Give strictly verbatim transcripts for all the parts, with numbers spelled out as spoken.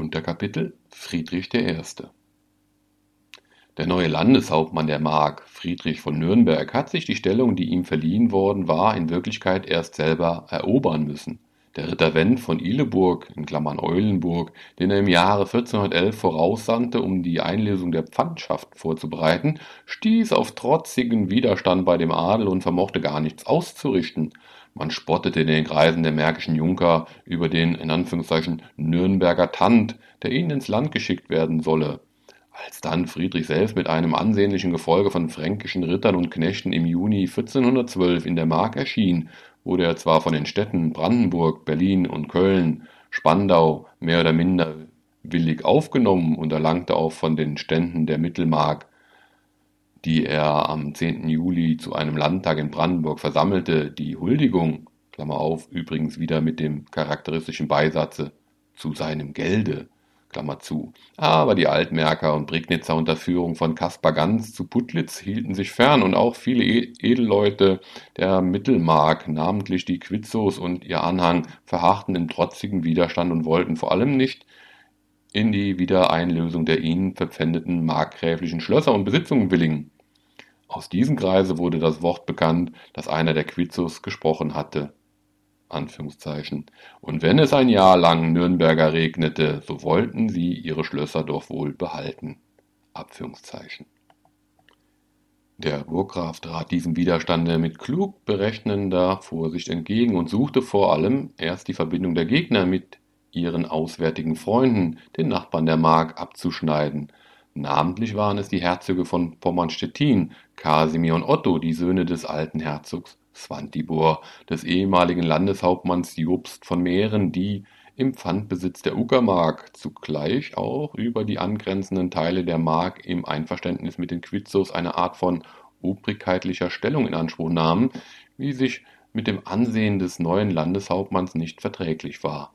Unterkapitel Friedrich der Erste. Der neue Landeshauptmann der Mark, Friedrich von Nürnberg, hat sich die Stellung, die ihm verliehen worden war, in Wirklichkeit erst selber erobern müssen. Der Ritter Wendt von Ihleburg in Klammern (Eulenburg), den er im Jahre vierzehnhundertelf voraussandte, um die Einlösung der Pfandschaft vorzubereiten, stieß auf trotzigen Widerstand bei dem Adel und vermochte gar nichts auszurichten. Man spottete in den Kreisen der märkischen Junker über den in Anführungszeichen »Nürnberger Tand«, der ihnen ins Land geschickt werden solle. Als dann Friedrich selbst mit einem ansehnlichen Gefolge von fränkischen Rittern und Knechten im Juni vierzehnhundertzwölf in der Mark erschien, wurde er zwar von den Städten Brandenburg, Berlin und Köln, Spandau mehr oder minder willig aufgenommen und erlangte auch von den Ständen der Mittelmark, die er am zehnten Juli zu einem Landtag in Brandenburg versammelte, die Huldigung, Klammer auf, übrigens wieder mit dem charakteristischen Beisatze, zu seinem Gelde, Klammer zu. Aber die Altmärker und Prignitzer unter Führung von Caspar Ganz zu Putlitz hielten sich fern und auch viele Edelleute der Mittelmark, namentlich die Quizzos und ihr Anhang, verharrten im trotzigen Widerstand und wollten vor allem nicht in die Wiedereinlösung der ihnen verpfändeten markgräflichen Schlösser und Besitzungen willigen. Aus diesem Kreise wurde das Wort bekannt, das einer der Quizzos gesprochen hatte. Anführungszeichen. Und wenn es ein Jahr lang Nürnberger regnete, so wollten sie ihre Schlösser doch wohl behalten. Abführungszeichen. Der Burggraf trat diesem Widerstande mit klug berechnender Vorsicht entgegen und suchte vor allem erst die Verbindung der Gegner mit ihren auswärtigen Freunden, den Nachbarn der Mark, abzuschneiden. Namentlich waren es die Herzöge von Pommern-Stettin, Kasimir und Otto, die Söhne des alten Herzogs Swantibor, des ehemaligen Landeshauptmanns Jobst von Mähren, die im Pfandbesitz der Uckermark zugleich auch über die angrenzenden Teile der Mark im Einverständnis mit den Quizzos eine Art von obrigkeitlicher Stellung in Anspruch nahmen, wie sich mit dem Ansehen des neuen Landeshauptmanns nicht verträglich war.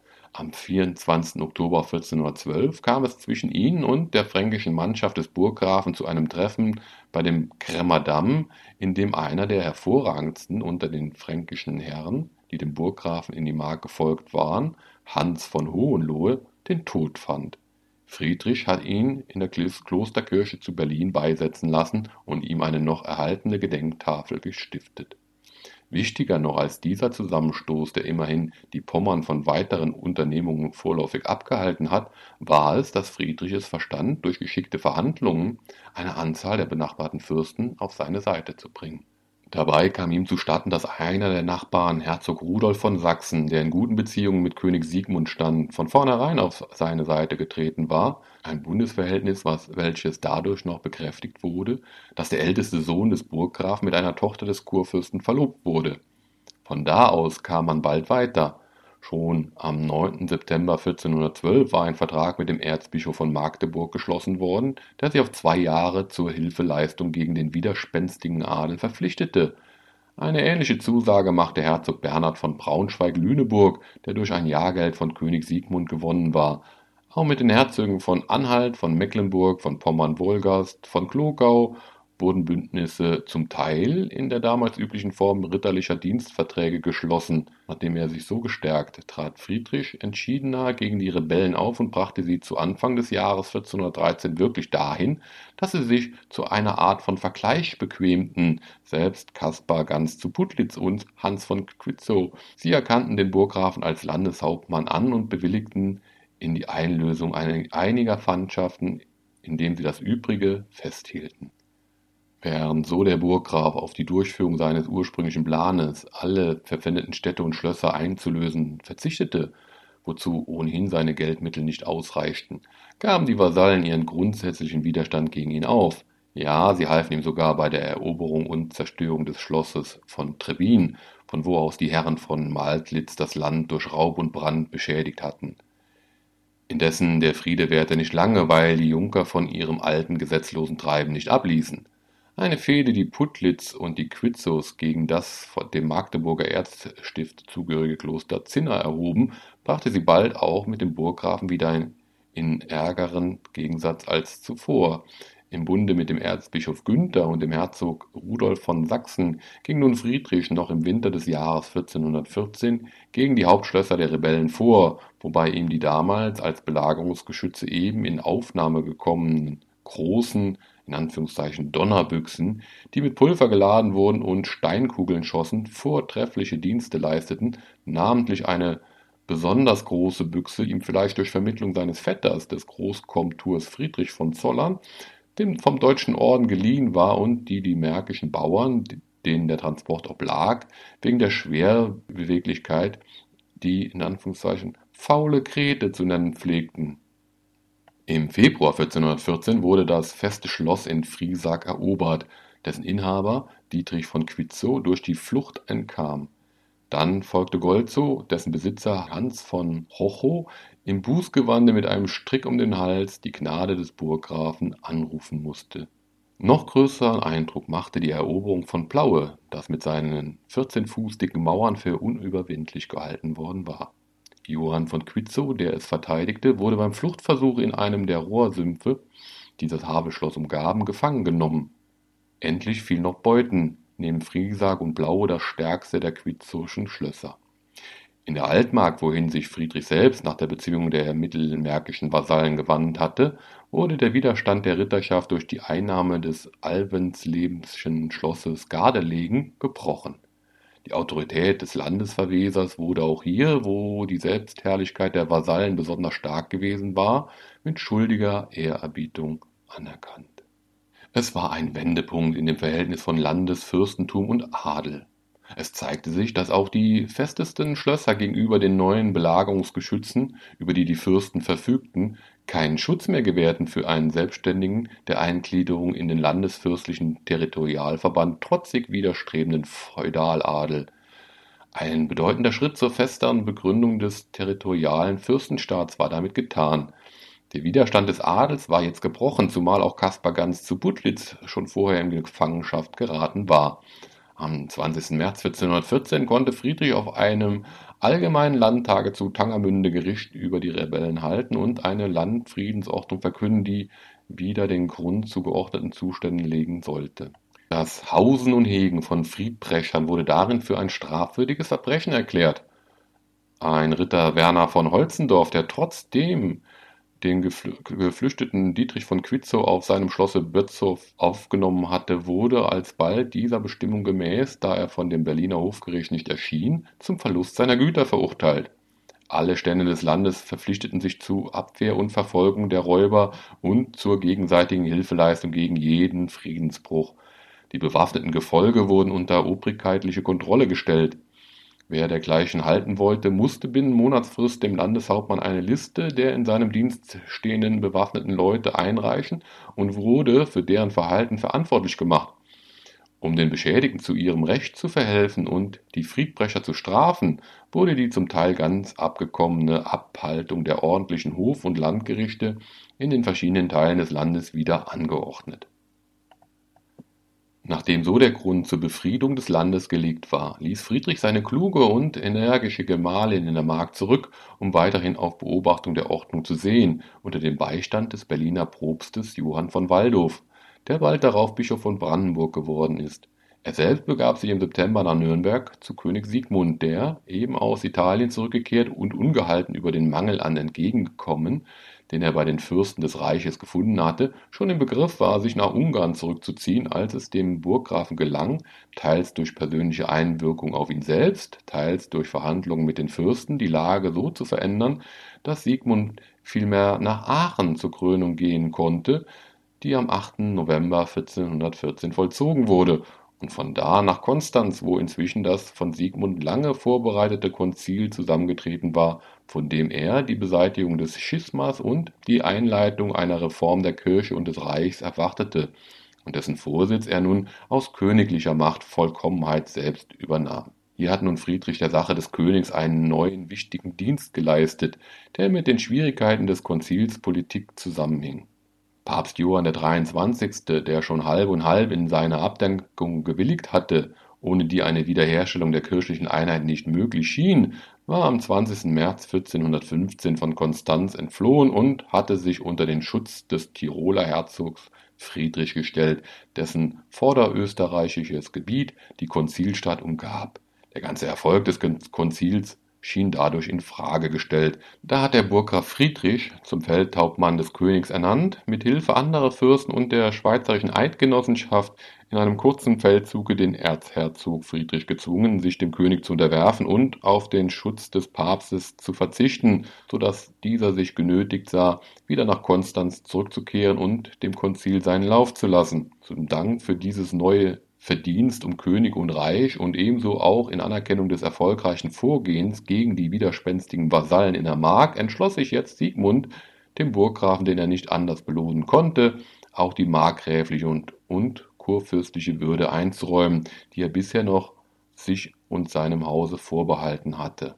Am vierundzwanzigsten Oktober vierzehnhundertzwölf kam es zwischen ihnen und der fränkischen Mannschaft des Burggrafen zu einem Treffen bei dem Kremmer Damm, in dem einer der hervorragendsten unter den fränkischen Herren, die dem Burggrafen in die Mark gefolgt waren, Hans von Hohenlohe, den Tod fand. Friedrich hat ihn in der Klosterkirche zu Berlin beisetzen lassen und ihm eine noch erhaltene Gedenktafel gestiftet. Wichtiger noch als dieser Zusammenstoß, der immerhin die Pommern von weiteren Unternehmungen vorläufig abgehalten hat, war es, dass Friedrich es verstand, durch geschickte Verhandlungen eine Anzahl der benachbarten Fürsten auf seine Seite zu bringen. Dabei kam ihm zustatten, dass einer der Nachbarn, Herzog Rudolf von Sachsen, der in guten Beziehungen mit König Siegmund stand, von vornherein auf seine Seite getreten war, ein Bundesverhältnis, was, welches dadurch noch bekräftigt wurde, dass der älteste Sohn des Burggrafen mit einer Tochter des Kurfürsten verlobt wurde. Von da aus kam man bald weiter. Schon am neunten September vierzehnhundertzwölf war ein Vertrag mit dem Erzbischof von Magdeburg geschlossen worden, der sich auf zwei Jahre zur Hilfeleistung gegen den widerspenstigen Adel verpflichtete. Eine ähnliche Zusage machte Herzog Bernhard von Braunschweig-Lüneburg, der durch ein Jahrgeld von König Siegmund gewonnen war. Auch mit den Herzögen von Anhalt, von Mecklenburg, von Pommern-Wolgast, von Glogau wurden Bündnisse zum Teil in der damals üblichen Form ritterlicher Dienstverträge geschlossen. Nachdem er sich so gestärkt, trat Friedrich entschiedener gegen die Rebellen auf und brachte sie zu Anfang des Jahres vierzehnhundertdreizehn wirklich dahin, dass sie sich zu einer Art von Vergleich bequemten, selbst Caspar Ganz zu Putlitz und Hans von Quitzow. Sie erkannten den Burggrafen als Landeshauptmann an und bewilligten in die Einlösung einiger Pfandschaften, indem sie das Übrige festhielten. Während so der Burggraf auf die Durchführung seines ursprünglichen Planes, alle verpfändeten Städte und Schlösser einzulösen, verzichtete, wozu ohnehin seine Geldmittel nicht ausreichten, gaben die Vasallen ihren grundsätzlichen Widerstand gegen ihn auf. Ja, sie halfen ihm sogar bei der Eroberung und Zerstörung des Schlosses von Trebbin, von wo aus die Herren von Maltlitz das Land durch Raub und Brand beschädigt hatten. Indessen der Friede währte nicht lange, weil die Junker von ihrem alten gesetzlosen Treiben nicht abließen. Eine Fehde, die Putlitz und die Quizzos gegen das dem Magdeburger Erzstift zugehörige Kloster Zinna erhoben, brachte sie bald auch mit dem Burggrafen wieder in ärgeren Gegensatz als zuvor. Im Bunde mit dem Erzbischof Günther und dem Herzog Rudolf von Sachsen ging nun Friedrich noch im Winter des Jahres vierzehnhundertvierzehn gegen die Hauptschlösser der Rebellen vor, wobei ihm die damals als Belagerungsgeschütze eben in Aufnahme gekommenen großen, in Anführungszeichen Donnerbüchsen, die mit Pulver geladen wurden und Steinkugeln schossen, vortreffliche Dienste leisteten, namentlich eine besonders große Büchse ihm vielleicht durch Vermittlung seines Vetters, des Großkomturs Friedrich von Zollern, dem vom Deutschen Orden geliehen war und die die märkischen Bauern, denen der Transport oblag, wegen der Schwerbeweglichkeit die in Anführungszeichen faule Grete zu nennen pflegten. Im Februar vierzehnhundertvierzehn wurde das feste Schloss in Friesack erobert, dessen Inhaber, Dietrich von Quitzow, durch die Flucht entkam. Dann folgte Goltzow, dessen Besitzer Hans von Rochow im Bußgewande mit einem Strick um den Hals die Gnade des Burggrafen anrufen musste. Noch größeren Eindruck machte die Eroberung von Plaue, das mit seinen vierzehn Fuß dicken Mauern für unüberwindlich gehalten worden war. Johann von Quitzow, der es verteidigte, wurde beim Fluchtversuch in einem der Rohrsümpfe, die das Havelschloss umgaben, gefangen genommen. Endlich fiel noch Beuthen, neben Friesack und Plaue das stärkste der quitzowschen Schlösser. In der Altmark, wohin sich Friedrich selbst nach der Beziehung der mittelmärkischen Vasallen gewandt hatte, wurde der Widerstand der Ritterschaft durch die Einnahme des Alvenslebschen Schlosses Gardelegen gebrochen. Die Autorität des Landesverwesers wurde auch hier, wo die Selbstherrlichkeit der Vasallen besonders stark gewesen war, mit schuldiger Ehrerbietung anerkannt. Es war ein Wendepunkt in dem Verhältnis von Landesfürstentum und Adel. Es zeigte sich, dass auch die festesten Schlösser gegenüber den neuen Belagerungsgeschützen, über die die Fürsten verfügten, keinen Schutz mehr gewährten für einen Selbstständigen der Eingliederung in den landesfürstlichen Territorialverband trotzig widerstrebenden Feudaladel. Ein bedeutender Schritt zur festeren Begründung des territorialen Fürstenstaats war damit getan. Der Widerstand des Adels war jetzt gebrochen, zumal auch Kaspar Gans zu Butlitz schon vorher in Gefangenschaft geraten war. Am zwanzigsten März vierzehnhundertvierzehn konnte Friedrich auf einem allgemeinen Landtage zu Tangermünde Gericht über die Rebellen halten und eine Landfriedensordnung verkünden, die wieder den Grund zu geordneten Zuständen legen sollte. Das Hausen und Hegen von Friedbrechern wurde darin für ein strafwürdiges Verbrechen erklärt. Ein Ritter Werner von Holzendorf, der trotzdem den geflüchteten Dietrich von Quitzow auf seinem Schlosse Bötzow aufgenommen hatte, wurde alsbald dieser Bestimmung gemäß, da er von dem Berliner Hofgericht nicht erschien, zum Verlust seiner Güter verurteilt. Alle Stände des Landes verpflichteten sich zu Abwehr und Verfolgung der Räuber und zur gegenseitigen Hilfeleistung gegen jeden Friedensbruch. Die bewaffneten Gefolge wurden unter obrigkeitliche Kontrolle gestellt. Wer dergleichen halten wollte, musste binnen Monatsfrist dem Landeshauptmann eine Liste der in seinem Dienst stehenden bewaffneten Leute einreichen und wurde für deren Verhalten verantwortlich gemacht. Um den Beschädigten zu ihrem Recht zu verhelfen und die Friedbrecher zu strafen, wurde die zum Teil ganz abgekommene Abhaltung der ordentlichen Hof- und Landgerichte in den verschiedenen Teilen des Landes wieder angeordnet. Nachdem so der Grund zur Befriedung des Landes gelegt war, ließ Friedrich seine kluge und energische Gemahlin in der Mark zurück, um weiterhin auf Beobachtung der Ordnung zu sehen, unter dem Beistand des Berliner Propstes Johann von Waldhof, der bald darauf Bischof von Brandenburg geworden ist. Er selbst begab sich im September nach Nürnberg zu König Siegmund, der, eben aus Italien zurückgekehrt und ungehalten über den Mangel an Entgegenkommen, den er bei den Fürsten des Reiches gefunden hatte, schon im Begriff war, sich nach Ungarn zurückzuziehen, als es dem Burggrafen gelang, teils durch persönliche Einwirkung auf ihn selbst, teils durch Verhandlungen mit den Fürsten, die Lage so zu verändern, dass Siegmund vielmehr nach Aachen zur Krönung gehen konnte, die am achten November vierzehnhundertvierzehn vollzogen wurde, und von da nach Konstanz, wo inzwischen das von Siegmund lange vorbereitete Konzil zusammengetreten war, von dem er die Beseitigung des Schismas und die Einleitung einer Reform der Kirche und des Reichs erwartete und dessen Vorsitz er nun aus königlicher Machtvollkommenheit selbst übernahm. Hier hat nun Friedrich der Sache des Königs einen neuen wichtigen Dienst geleistet, der mit den Schwierigkeiten des Konzils Politik zusammenhing. Papst Johann der dreiundzwanzigste., der schon halb und halb in seine Abdankung gewilligt hatte, ohne die eine Wiederherstellung der kirchlichen Einheit nicht möglich schien, war am zwanzigsten März vierzehnhundertfünfzehn von Konstanz entflohen und hatte sich unter den Schutz des Tiroler Herzogs Friedrich gestellt, dessen vorderösterreichisches Gebiet die Konzilsstadt umgab. Der ganze Erfolg des Konzils schien dadurch in Frage gestellt. Da hat der Burggraf Friedrich zum Feldhauptmann des Königs ernannt, mit Hilfe anderer Fürsten und der Schweizerischen Eidgenossenschaft in einem kurzen Feldzuge den Erzherzog Friedrich gezwungen, sich dem König zu unterwerfen und auf den Schutz des Papstes zu verzichten, so dass dieser sich genötigt sah, wieder nach Konstanz zurückzukehren und dem Konzil seinen Lauf zu lassen. Zum Dank für dieses neue Verdienst um König und Reich und ebenso auch in Anerkennung des erfolgreichen Vorgehens gegen die widerspenstigen Vasallen in der Mark entschloss sich jetzt Siegmund, dem Burggrafen, den er nicht anders belohnen konnte, auch die markgräfliche und, und kurfürstliche Würde einzuräumen, die er bisher noch sich und seinem Hause vorbehalten hatte.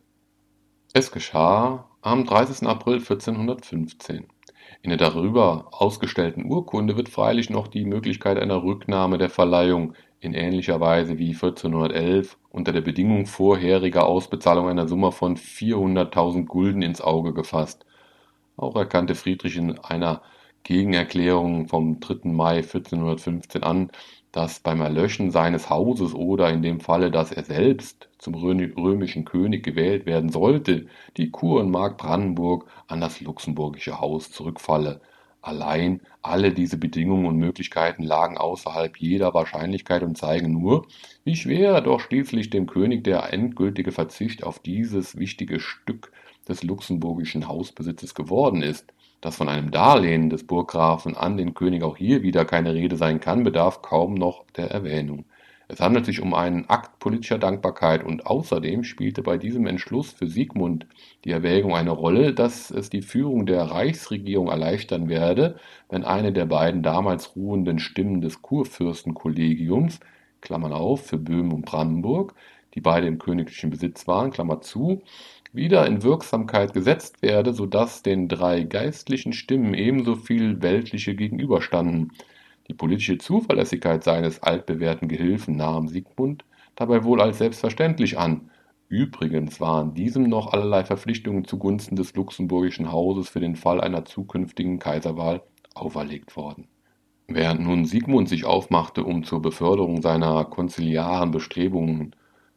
Es geschah am dreißigsten April vierzehnhundertfünfzehn. In der darüber ausgestellten Urkunde wird freilich noch die Möglichkeit einer Rücknahme der Verleihung in ähnlicher Weise wie vierzehnhundertelf unter der Bedingung vorheriger Ausbezahlung einer Summe von vierhunderttausend Gulden ins Auge gefasst. Auch erkannte Friedrich in einer Gegenerklärung vom dritten Mai vierzehnhundertfünfzehn an, dass beim Erlöschen seines Hauses oder in dem Falle, dass er selbst zum römischen König gewählt werden sollte, die Kur und Mark Brandenburg an das luxemburgische Haus zurückfalle. Allein alle diese Bedingungen und Möglichkeiten lagen außerhalb jeder Wahrscheinlichkeit und zeigen nur, wie schwer doch schließlich dem König der endgültige Verzicht auf dieses wichtige Stück des luxemburgischen Hausbesitzes geworden ist. Dass von einem Darlehen des Burggrafen an den König auch hier wieder keine Rede sein kann, bedarf kaum noch der Erwähnung. Es handelt sich um einen Akt politischer Dankbarkeit und außerdem spielte bei diesem Entschluss für Siegmund die Erwägung eine Rolle, dass es die Führung der Reichsregierung erleichtern werde, wenn eine der beiden damals ruhenden Stimmen des Kurfürstenkollegiums, Klammern auf, für Böhmen und Brandenburg, die beide im königlichen Besitz waren, Klammer zu, wieder in Wirksamkeit gesetzt werde, so dass den drei geistlichen Stimmen ebenso viel weltliche gegenüberstanden. Die politische Zuverlässigkeit seines altbewährten Gehilfen nahm Siegmund dabei wohl als selbstverständlich an. Übrigens waren diesem noch allerlei Verpflichtungen zugunsten des luxemburgischen Hauses für den Fall einer zukünftigen Kaiserwahl auferlegt worden. Während nun Siegmund sich aufmachte, um zur Beförderung seiner konziliaren Bestrebungen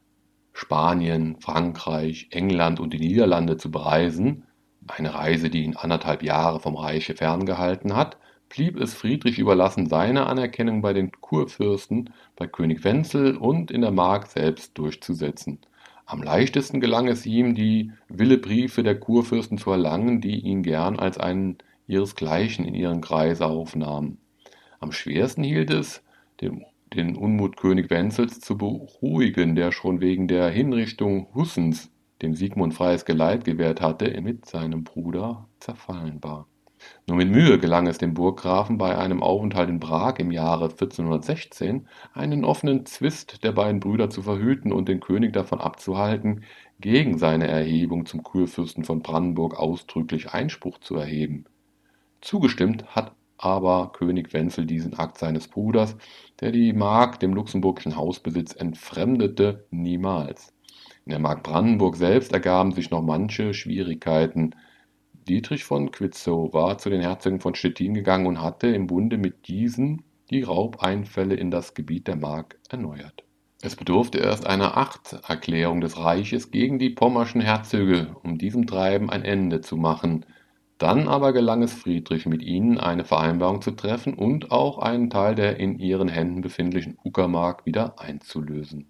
Spanien, Frankreich, England und die Niederlande zu bereisen, eine Reise, die ihn anderthalb Jahre vom Reiche ferngehalten hat, blieb es Friedrich überlassen, seine Anerkennung bei den Kurfürsten, bei König Wenzel und in der Mark selbst durchzusetzen. Am leichtesten gelang es ihm, die Willebriefe der Kurfürsten zu erlangen, die ihn gern als einen ihresgleichen in ihren Kreis aufnahmen. Am schwersten hielt es, dem den Unmut König Wenzels zu beruhigen, der schon wegen der Hinrichtung Hussens, dem Siegmund freies Geleit gewährt hatte, mit seinem Bruder zerfallen war. Nur mit Mühe gelang es dem Burggrafen bei einem Aufenthalt in Prag im Jahre vierzehnhundertsechzehn, einen offenen Zwist der beiden Brüder zu verhüten und den König davon abzuhalten, gegen seine Erhebung zum Kurfürsten von Brandenburg ausdrücklich Einspruch zu erheben. Zugestimmt hat aber König Wenzel diesen Akt seines Bruders, der die Mark dem luxemburgischen Hausbesitz entfremdete, niemals. In der Mark Brandenburg selbst ergaben sich noch manche Schwierigkeiten. Dietrich von Quitzow war zu den Herzögen von Stettin gegangen und hatte im Bunde mit diesen die Raubeinfälle in das Gebiet der Mark erneuert. Es bedurfte erst einer Achterklärung des Reiches gegen die pommerschen Herzöge, um diesem Treiben ein Ende zu machen. Dann aber gelang es Friedrich, mit ihnen eine Vereinbarung zu treffen und auch einen Teil der in ihren Händen befindlichen Uckermark wieder einzulösen.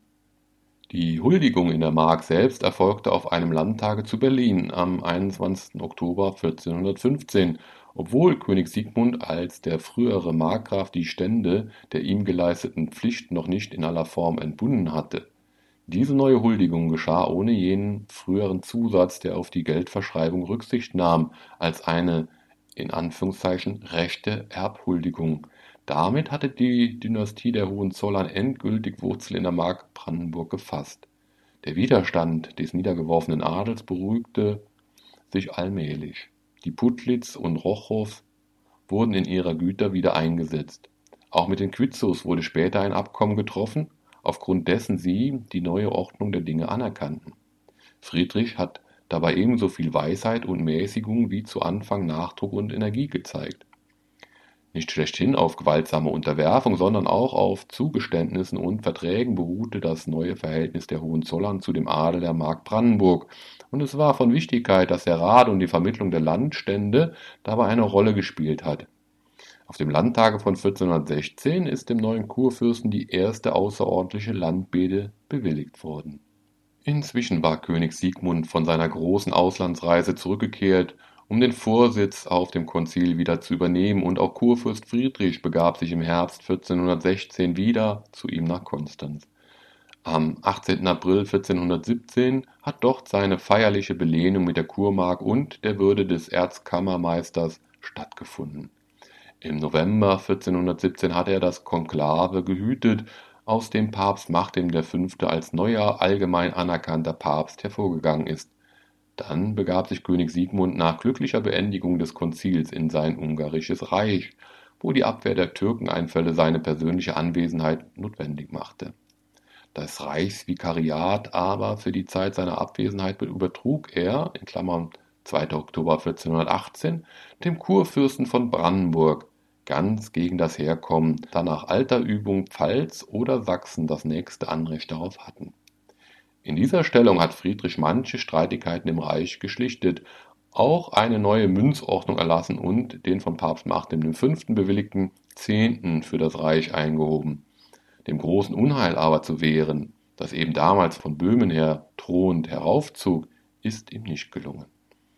Die Huldigung in der Mark selbst erfolgte auf einem Landtage zu Berlin am einundzwanzigsten Oktober vierzehnhundertfünfzehn, obwohl König Siegmund als der frühere Markgraf die Stände der ihm geleisteten Pflicht noch nicht in aller Form entbunden hatte. Diese neue Huldigung geschah ohne jenen früheren Zusatz, der auf die Geldverschreibung Rücksicht nahm, als eine in Anführungszeichen rechte Erbhuldigung. Damit hatte die Dynastie der Hohenzollern endgültig Wurzel in der Mark Brandenburg gefasst. Der Widerstand des niedergeworfenen Adels beruhigte sich allmählich. Die Putlitz und Rochows wurden in ihrer Güter wieder eingesetzt. Auch mit den Quitzows wurde später ein Abkommen getroffen, aufgrund dessen sie die neue Ordnung der Dinge anerkannten. Friedrich hat dabei ebenso viel Weisheit und Mäßigung wie zu Anfang Nachdruck und Energie gezeigt. Nicht schlechthin auf gewaltsame Unterwerfung, sondern auch auf Zugeständnissen und Verträgen beruhte das neue Verhältnis der Hohenzollern zu dem Adel der Mark Brandenburg, und es war von Wichtigkeit, dass der Rat und die Vermittlung der Landstände dabei eine Rolle gespielt hat. Auf dem Landtage von vierzehnhundertsechzehn ist dem neuen Kurfürsten die erste außerordentliche Landbede bewilligt worden. Inzwischen war König Sigmund von seiner großen Auslandsreise zurückgekehrt, um den Vorsitz auf dem Konzil wieder zu übernehmen, und auch Kurfürst Friedrich begab sich im Herbst vierzehnhundertsechzehn wieder zu ihm nach Konstanz. Am achtzehnten April vierzehnhundertsiebzehn hat dort seine feierliche Belehnung mit der Kurmark und der Würde des Erzkammermeisters stattgefunden. Im November vierzehnhundertsiebzehn hatte er das Konklave gehütet, aus dem Papst Martin der Fünfte als neuer, allgemein anerkannter Papst hervorgegangen ist. Dann begab sich König Sigmund nach glücklicher Beendigung des Konzils in sein ungarisches Reich, wo die Abwehr der Türkeneinfälle seine persönliche Anwesenheit notwendig machte. Das Reichsvikariat aber für die Zeit seiner Abwesenheit übertrug er in Klammern zweiter Oktober vierzehnhundertachtzehn dem Kurfürsten von Brandenburg, ganz gegen das Herkommen, da nach alter Übung Pfalz oder Sachsen das nächste Anrecht darauf hatten. In dieser Stellung hat Friedrich manche Streitigkeiten im Reich geschlichtet, auch eine neue Münzordnung erlassen und den von Papst Martin der Fünfte bewilligten Zehnten für das Reich eingehoben. Dem großen Unheil aber zu wehren, das eben damals von Böhmen her drohend heraufzog, ist ihm nicht gelungen.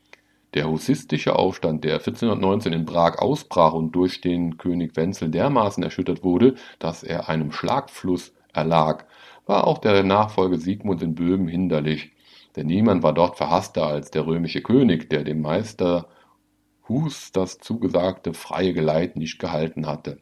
Der hussistische Aufstand, der vierzehnhundertneunzehn in Prag ausbrach und durch den König Wenzel dermaßen erschüttert wurde, dass er einem Schlagfluss erlag, war auch der Nachfolge Sigmunds in Böhmen hinderlich, denn niemand war dort verhasster als der römische König, der dem Meister Hus das zugesagte freie Geleit nicht gehalten hatte.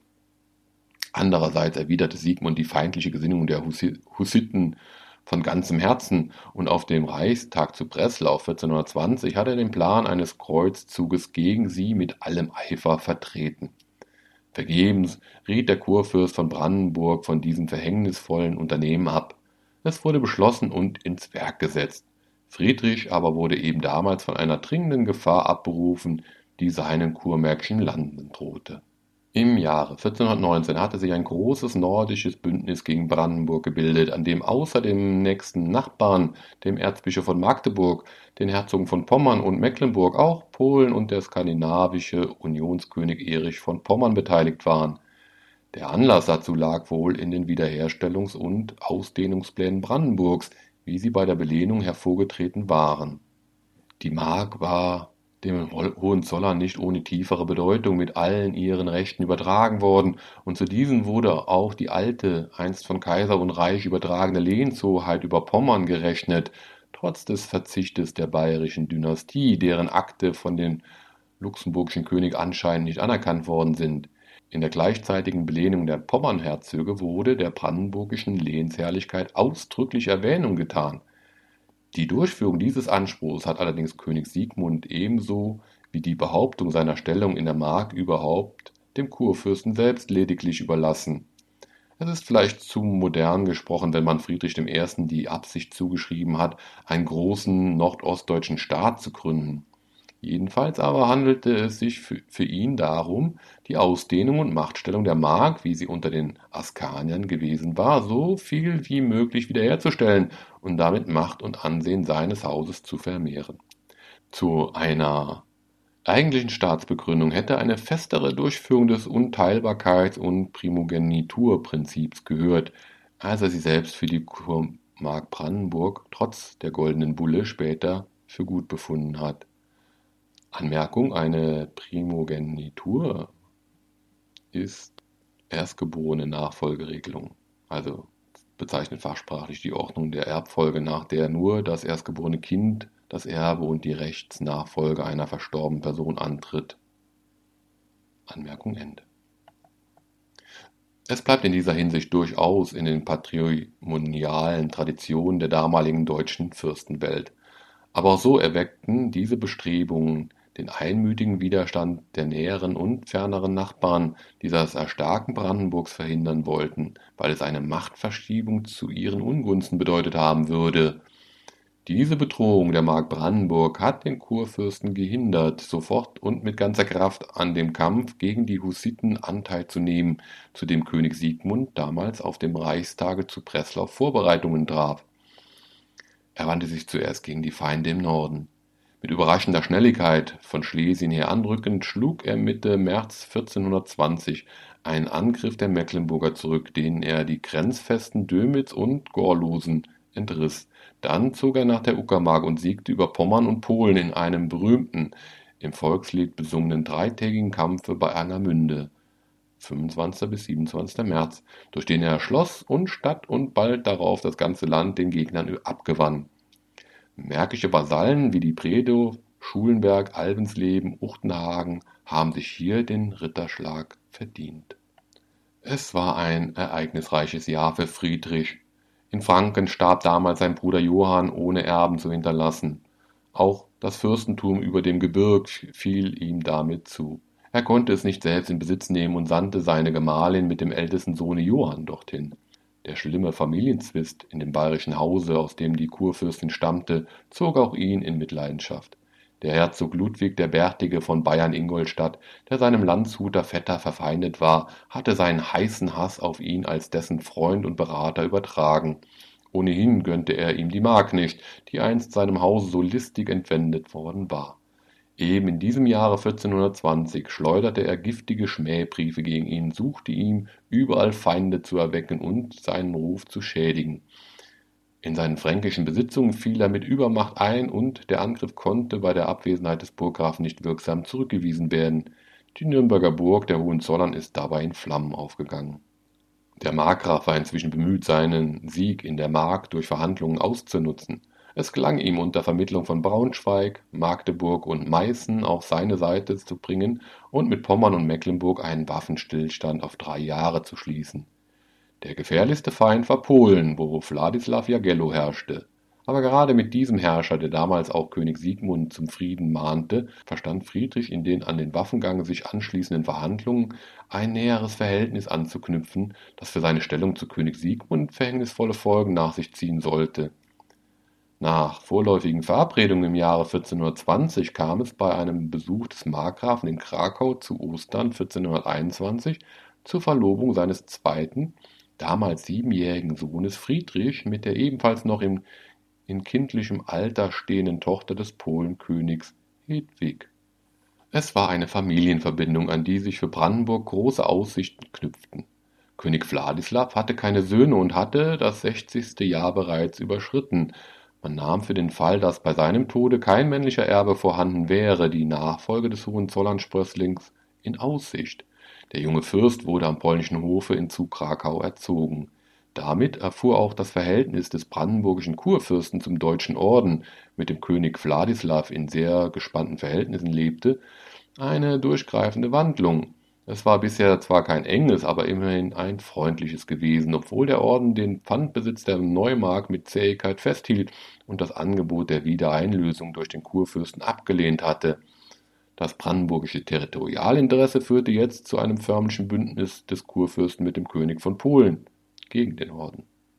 Andererseits erwiderte Sigmund die feindliche Gesinnung der Hussiten von ganzem Herzen, und auf dem Reichstag zu Breslau vierzehnhundertzwanzig hat er den Plan eines Kreuzzuges gegen sie mit allem Eifer vertreten. Vergebens riet der Kurfürst von Brandenburg von diesem verhängnisvollen Unternehmen ab. Es wurde beschlossen und ins Werk gesetzt. Friedrich aber wurde eben damals von einer dringenden Gefahr abberufen, die seinen kurmärkischen Landen drohte. Im Jahre vierzehnhundertneunzehn hatte sich ein großes nordisches Bündnis gegen Brandenburg gebildet, an dem außer dem nächsten Nachbarn, dem Erzbischof von Magdeburg, den Herzogen von Pommern und Mecklenburg, auch Polen und der skandinavische Unionskönig Erich von Pommern beteiligt waren. Der Anlass dazu lag wohl in den Wiederherstellungs- und Ausdehnungsplänen Brandenburgs, wie sie bei der Belehnung hervorgetreten waren. Die Mark war dem Hohenzollern nicht ohne tiefere Bedeutung mit allen ihren Rechten übertragen worden, und zu diesen wurde auch die alte, einst von Kaiser und Reich übertragene Lehenshoheit über Pommern gerechnet, trotz des Verzichtes der bayerischen Dynastie, deren Akte von dem luxemburgischen König anscheinend nicht anerkannt worden sind. In der gleichzeitigen Belehnung der Pommernherzöge wurde der brandenburgischen Lehensherrlichkeit ausdrücklich Erwähnung getan. Die Durchführung dieses Anspruchs hat allerdings König Sigmund ebenso wie die Behauptung seiner Stellung in der Mark überhaupt dem Kurfürsten selbst lediglich überlassen. Es ist vielleicht zu modern gesprochen, wenn man Friedrich der Erste die Absicht zugeschrieben hat, einen großen nordostdeutschen Staat zu gründen. Jedenfalls aber handelte es sich für, für ihn darum, die Ausdehnung und Machtstellung der Mark, wie sie unter den Askaniern gewesen war, so viel wie möglich wiederherzustellen und damit Macht und Ansehen seines Hauses zu vermehren. Zu einer eigentlichen Staatsbegründung hätte eine festere Durchführung des Unteilbarkeits- und Primogeniturprinzips gehört, als er sie selbst für die Kurmark Brandenburg trotz der Goldenen Bulle später für gut befunden hat. Anmerkung: Eine Primogenitur ist erstgeborene Nachfolgeregelung, also bezeichnet fachsprachlich die Ordnung der Erbfolge, nach der nur das erstgeborene Kind das Erbe und die Rechtsnachfolge einer verstorbenen Person antritt. Anmerkung Ende. Es bleibt in dieser Hinsicht durchaus in den patrimonialen Traditionen der damaligen deutschen Fürstenwelt. Aber auch so erweckten diese Bestrebungen den einmütigen Widerstand der näheren und ferneren Nachbarn, die das Erstarken Brandenburgs verhindern wollten, weil es eine Machtverschiebung zu ihren Ungunsten bedeutet haben würde. Diese Bedrohung der Mark Brandenburg hat den Kurfürsten gehindert, sofort und mit ganzer Kraft an dem Kampf gegen die Hussiten Anteil zu nehmen, zu dem König Siegmund damals auf dem Reichstage zu Breslau Vorbereitungen traf. Er wandte sich zuerst gegen die Feinde im Norden. Mit überraschender Schnelligkeit von Schlesien her anrückend, schlug er Mitte März vierzehnhundertzwanzig einen Angriff der Mecklenburger zurück, denen er die grenzfesten Dömitz und Gorlosen entriss. Dann zog er nach der Uckermark und siegte über Pommern und Polen in einem berühmten, im Volkslied besungenen dreitägigen Kampfe bei Angermünde (fünfundzwanzigster bis siebenundzwanzigster März), durch den er Schloss und Stadt und bald darauf das ganze Land den Gegnern abgewann. Märkische Vasallen wie die Bredow, Schulenberg, Alvensleben, Uchtenhagen haben sich hier den Ritterschlag verdient. Es war ein ereignisreiches Jahr für Friedrich. In Franken starb damals sein Bruder Johann, ohne Erben zu hinterlassen. Auch das Fürstentum über dem Gebirg fiel ihm damit zu. Er konnte es nicht selbst in Besitz nehmen und sandte seine Gemahlin mit dem ältesten Sohne Johann dorthin. Der schlimme Familienzwist in dem bayerischen Hause, aus dem die Kurfürstin stammte, zog auch ihn in Mitleidenschaft. Der Herzog Ludwig der Bärtige von Bayern-Ingolstadt, der seinem Landshuter Vetter verfeindet war, hatte seinen heißen Hass auf ihn als dessen Freund und Berater übertragen. Ohnehin gönnte er ihm die Mark nicht, die einst seinem Hause so listig entwendet worden war. Eben in diesem Jahre vierzehnhundertzwanzig schleuderte er giftige Schmähbriefe gegen ihn, suchte ihm überall Feinde zu erwecken und seinen Ruf zu schädigen. In seinen fränkischen Besitzungen fiel er mit Übermacht ein und der Angriff konnte bei der Abwesenheit des Burggrafen nicht wirksam zurückgewiesen werden. Die Nürnberger Burg der Hohenzollern ist dabei in Flammen aufgegangen. Der Markgraf war inzwischen bemüht, seinen Sieg in der Mark durch Verhandlungen auszunutzen. Es gelang ihm unter Vermittlung von Braunschweig, Magdeburg und Meißen auf seine Seite zu bringen und mit Pommern und Mecklenburg einen Waffenstillstand auf drei Jahre zu schließen. Der gefährlichste Feind war Polen, wo Władysław Jagello herrschte. Aber gerade mit diesem Herrscher, der damals auch König Siegmund zum Frieden mahnte, verstand Friedrich in den an den Waffengang sich anschließenden Verhandlungen ein näheres Verhältnis anzuknüpfen, das für seine Stellung zu König Siegmund verhängnisvolle Folgen nach sich ziehen sollte. Nach vorläufigen Verabredungen im Jahre vierzehnhundertzwanzig kam es bei einem Besuch des Markgrafen in Krakau zu Ostern vierzehnhunderteinundzwanzig zur Verlobung seines zweiten, damals siebenjährigen Sohnes Friedrich mit der ebenfalls noch im, in kindlichem Alter stehenden Tochter des Polenkönigs Hedwig. Es war eine Familienverbindung, an die sich für Brandenburg große Aussichten knüpften. König Wladislaw hatte keine Söhne und hatte das sechzigste Jahr bereits überschritten. Man nahm für den Fall, dass bei seinem Tode kein männlicher Erbe vorhanden wäre, die Nachfolge des Hohenzollern-Sprösslings in Aussicht. Der junge Fürst wurde am polnischen Hofe in zu Krakau erzogen. Damit erfuhr auch das Verhältnis des brandenburgischen Kurfürsten zum Deutschen Orden, mit dem König Wladislaw in sehr gespannten Verhältnissen lebte, eine durchgreifende Wandlung. Es war bisher zwar kein enges, aber immerhin ein freundliches gewesen, obwohl der Orden den Pfandbesitz der Neumark mit Zähigkeit festhielt und das Angebot der Wiedereinlösung durch den Kurfürsten abgelehnt hatte. Das brandenburgische Territorialinteresse führte jetzt zu einem förmlichen Bündnis des Kurfürsten mit dem König von Polen gegen den Orden.